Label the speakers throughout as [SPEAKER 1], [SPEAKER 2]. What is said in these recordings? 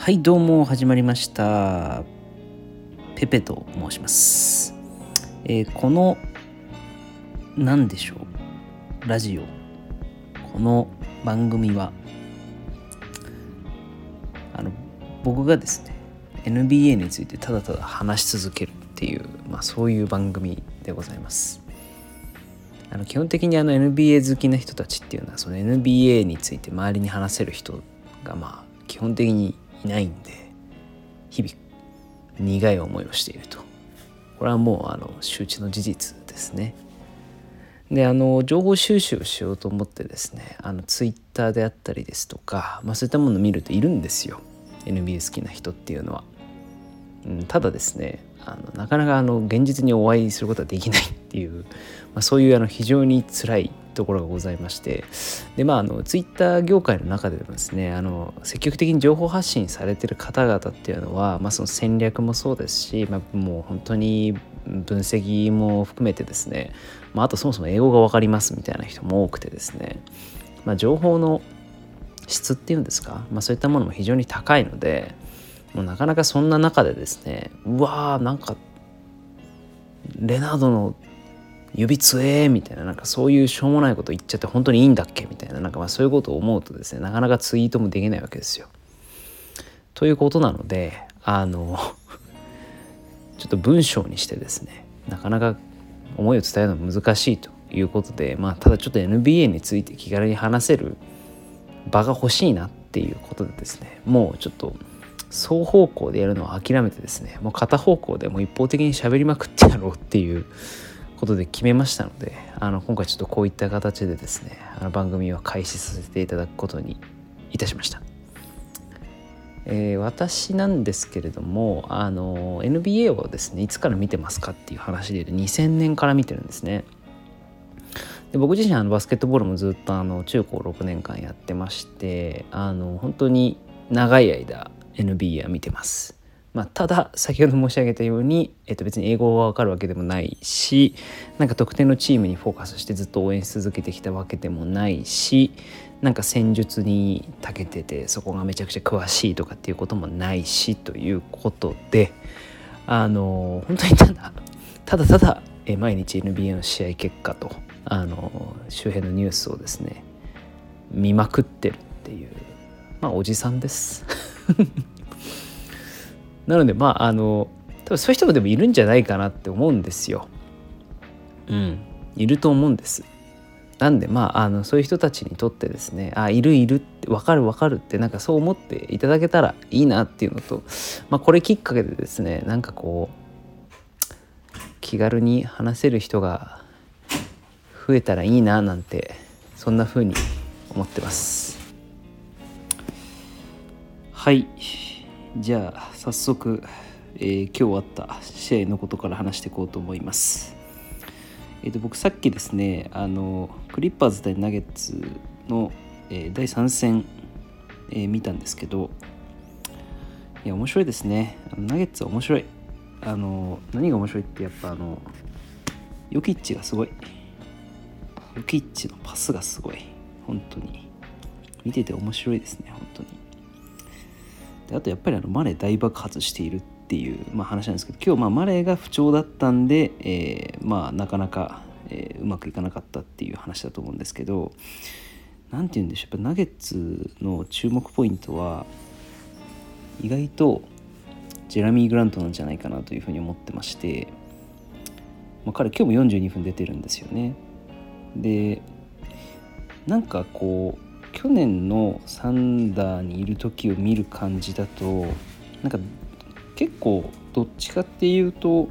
[SPEAKER 1] はいどうも始まりましたペペと申します、この何でしょうラジオこの番組は僕がですね NBA についてただただ話し続けるっていう、そういう番組でございます。基本的にNBA 好きな人たちっていうのはその NBA について周りに話せる人が基本的にいないんで、日々苦い思いをしていると。これはもう周知の事実ですね。で情報収集をしようと思ってですねツイッターであったりですとか、そういったものを見るといるんですよ NBA 好きな人っていうのは。ただですねなかなか現実にお会いすることはできないっていう、そういう非常に辛いところがございまして、でツイッター業界の中でもですね積極的に情報発信されている方々っていうのは、その戦略もそうですし、もう本当に分析も含めてですね、あとそもそも英語が分かりますみたいな人も多くてですね、情報の質っていうんですか、そういったものも非常に高いので、もうなかなかそんな中でですね、なんかレナードの指つえみたいな、そういうしょうもないこと言っちゃって本当にいいんだっけみたいな、そういうことを思うとですね、なかなかツイートもできないわけですよ。ということなのでちょっと文章にしてですね、なかなか思いを伝えるのは難しいということで、ただちょっと NBA について気軽に話せる場が欲しいなっていうことでですね、もうちょっと双方向でやるのを諦めてですね、もう片方向でもう一方的に喋りまくってやろうっていうことで決めましたので、今回ちょっとこういった形でですね番組を開始させていただくことにいたしました。私なんですけれどもNBA をですねいつから見てますかっていう話でいうと2000年から見てるんですね。で僕自身バスケットボールもずっと中高6年間やってまして、本当に長い間 NBA は見てます。ただ先ほど申し上げたように、別に英語が分かるわけでもないし、特定のチームにフォーカスしてずっと応援し続けてきたわけでもないし、戦術に長けててそこがめちゃくちゃ詳しいとかっていうこともないしということで、本当にただ毎日 NBA の試合結果と周辺のニュースをですね見まくってるっていうおじさんですなので多分そういう人もでもいるんじゃないかなって思うんですよ。いると思うんです。なんでそういう人たちにとってですね、いるって分かるってそう思っていただけたらいいなっていうのと、これきっかけでですね気軽に話せる人が増えたらいいななんて、そんな風に思ってます。はい、じゃあ早速、今日あった試合のことから話していこうと思います。僕さっきですねクリッパーズ対ナゲッツの、第3戦、見たんですけど、いや面白いですね。ナゲッツは面白い。何が面白いってやっぱヨキッチがすごい。ヨキッチのパスがすごい。本当に見てて面白いですね。本当に。であとやっぱりマレー大爆発しているっていう、話なんですけど、今日マレーが不調だったんで、なかなか、うまくいかなかったっていう話だと思うんですけど、なんて言うんでしょう、やっぱナゲッツの注目ポイントは意外とジェラミー・グラントなんじゃないかなというふうに思ってまして、彼今日も42分出てるんですよね。で去年のサンダーにいる時を見る感じだと結構どっちかっていうと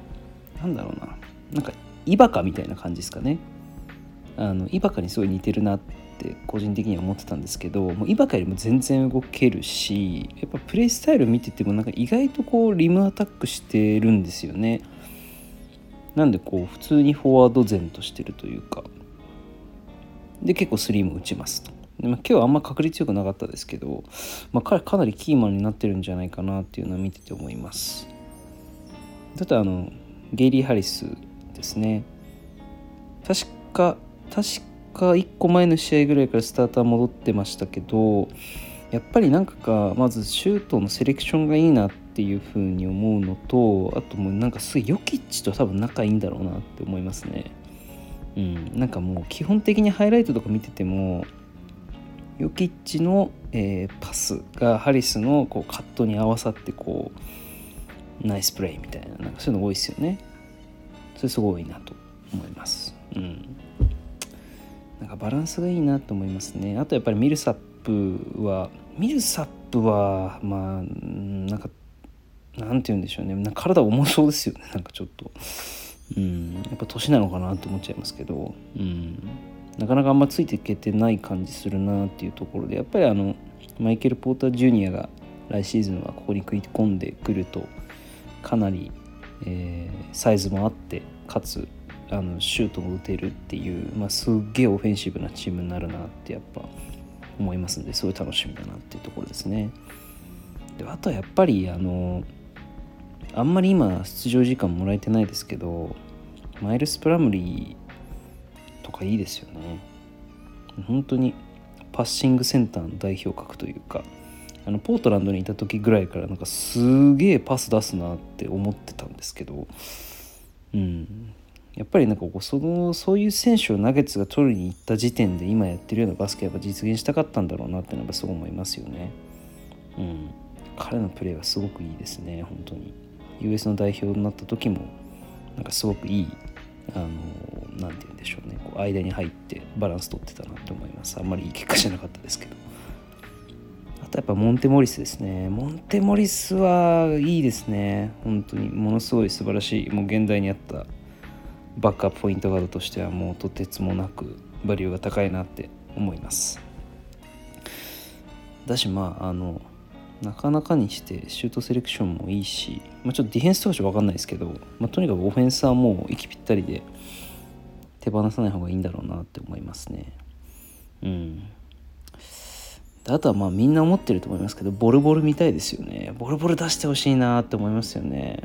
[SPEAKER 1] イバカみたいな感じですかね。イバカにすごい似てるなって個人的には思ってたんですけど、もうイバカよりも全然動けるし、やっぱプレイスタイル見てても意外とリムアタックしてるんですよね。なんで普通にフォワード前としてるというか、で結構スリーも打ちますと。で今日はあんま確率良くなかったですけど、彼かなりキーマンになってるんじゃないかなっていうのは見てて思います。あとゲイリー・ハリスですね。確か1個前の試合ぐらいからスターター戻ってましたけど、 やっぱりなんかまずシュートのセレクションがいいなっていうふうに思うのと、あともうなんかすごいヨキッチと多分仲いいんだろうなって思いますね。なんかもう基本的にハイライトとか見ててもヨキッチの、パスがハリスのこうカットに合わさってこうナイスプレイみたいな、なんかそういうの多いですよね。それすごいなと思います。なんかバランスがいいなと思いますね。あとやっぱりミルサップはまあなんかなんて言うんでしょうね、なんか体重そうですよね。なんかちょっとやっぱ年なのかなと思っちゃいますけど、なかなかあんまついていけてない感じするなっていうところで、やっぱりマイケル・ポーター・ジュニアが来シーズンはここに食い込んでくるとかなり、サイズもあってかつシュートも打てるっていう、すっげえオフェンシブなチームになるなってやっぱ思いますんで、すごい楽しみだなっていうところですね。であとはやっぱりあんまり今出場時間もらえてないですけど、マイルス・プラムリーとかいいですよね。本当にパッシングセンターの代表格というか、ポートランドにいた時ぐらいからなんかすげえパス出すなって思ってたんですけど、やっぱりなんかそういう選手をナゲッツが取りに行った時点で今やってるようなバスケやっぱ実現したかったんだろうなってのはすごい思いますよね。彼のプレーはすごくいいですね。本当に US の代表になった時もなんかすごくいいなんて言うんでしょうね、こう間に入ってバランス取ってたなと思います。あんまりいい結果じゃなかったですけど。あとやっぱモンテモリスですね。モンテモリスはいいですね。本当にものすごい素晴らしい、もう現代にあったバックアップポイントガードとしてはもうとてつもなくバリューが高いなって思います。だしなかなかにしてシュートセレクションもいいし、ちょっとディフェンスとかちょっと分かんないですけど、とにかくオフェンスはもう息ぴったりで手放さない方がいいんだろうなって思いますね。あとはみんな思ってると思いますけど、ボルボル見たいですよね。ボルボル出してほしいなって思いますよね。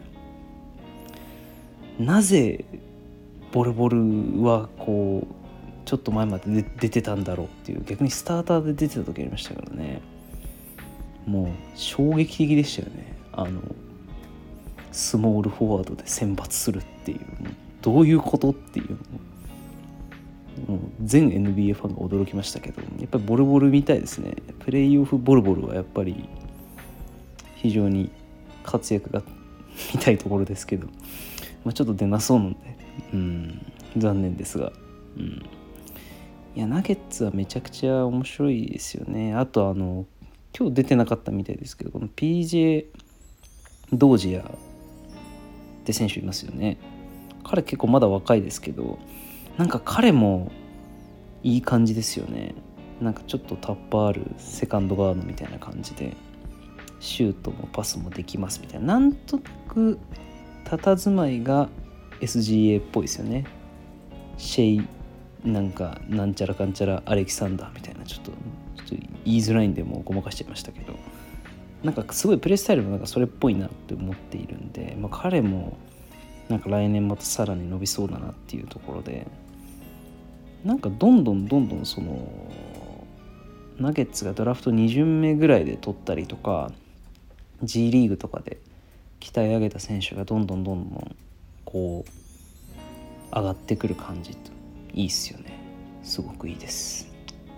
[SPEAKER 1] なぜボルボルはこうちょっと前まで出てたんだろうっていう、逆にスターターで出てた時ありましたからね。もう衝撃的でしたよね。スモールフォワードで選抜するっていう、どういうことっていう、もう全 NBA ファンが驚きましたけど、やっぱりボルボルみたいですね。プレイオフボルボルはやっぱり非常に活躍が見たいところですけど、ちょっと出なそうなんで、残念ですが、いやナゲッツはめちゃくちゃ面白いですよね。あと今日出てなかったみたいですけど、この PJ ドージアって選手いますよね。彼結構まだ若いですけど、なんか彼もいい感じですよね。なんかちょっとタッパーあるセカンドガードみたいな感じでシュートもパスもできますみたいな、なんとなく佇まいが SGA っぽいですよね。シェイなんかなんちゃらかんちゃらアレキサンダーみたいな、ちょっと言いづらいんでもうごまかしちゃいましたけど、なんかすごいプレースタイルもなんかそれっぽいなって思っているんで、彼もなんか来年またさらに伸びそうだなっていうところで、なんかどんどんそのナゲッツがドラフト2巡目ぐらいで取ったりとか G リーグとかで鍛え上げた選手がどんどんこう上がってくる感じといいっすよね。すごくいいです。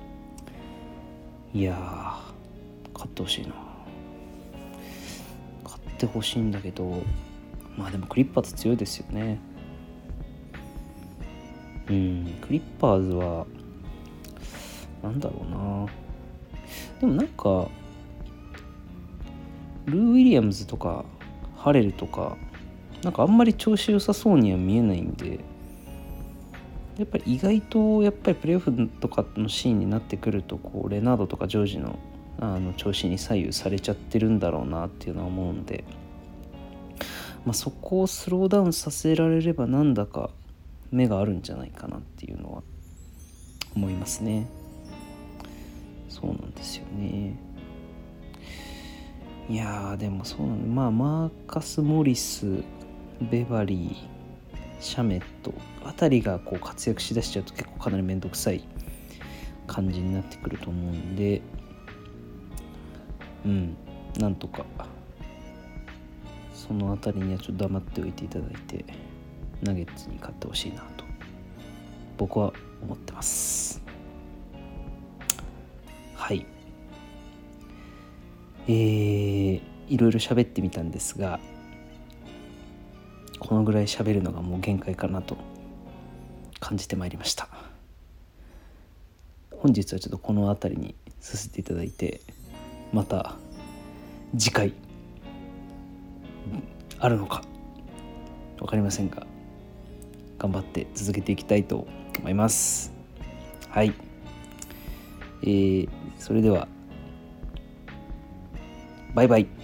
[SPEAKER 1] いやー勝ってほしいな。勝ってほしいんだけど、でもクリッパーズ強いですよね。クリッパーズはなんだろうな。でもなんかルー・ウィリアムズとかハレルとかなんかあんまり調子良さそうには見えないんで、やっぱり意外とやっぱりプレーオフとかのシーンになってくるとこうレナードとかジョージの調子に左右されちゃってるんだろうなっていうのは思うんで、そこをスローダウンさせられればなんだか目があるんじゃないかなっていうのは思いますね。そうなんですよね。いやでもそうなんで、マーカス・モリス、ベバリー、シャメットあたりがこう活躍しだしちゃうと結構かなり面倒くさい感じになってくると思うんで、 なんとかそのあたりにはちょっと黙っておいていただいて、ナゲッツに勝ってほしいなと僕は思ってます。はい。いろいろ喋ってみたんですが、このぐらい喋るのがもう限界かなと感じてまいりました。本日はちょっとこの辺りにさせていただいて、また次回あるのか分かりませんが、頑張って続けていきたいと思います。はい、それではバイバイ。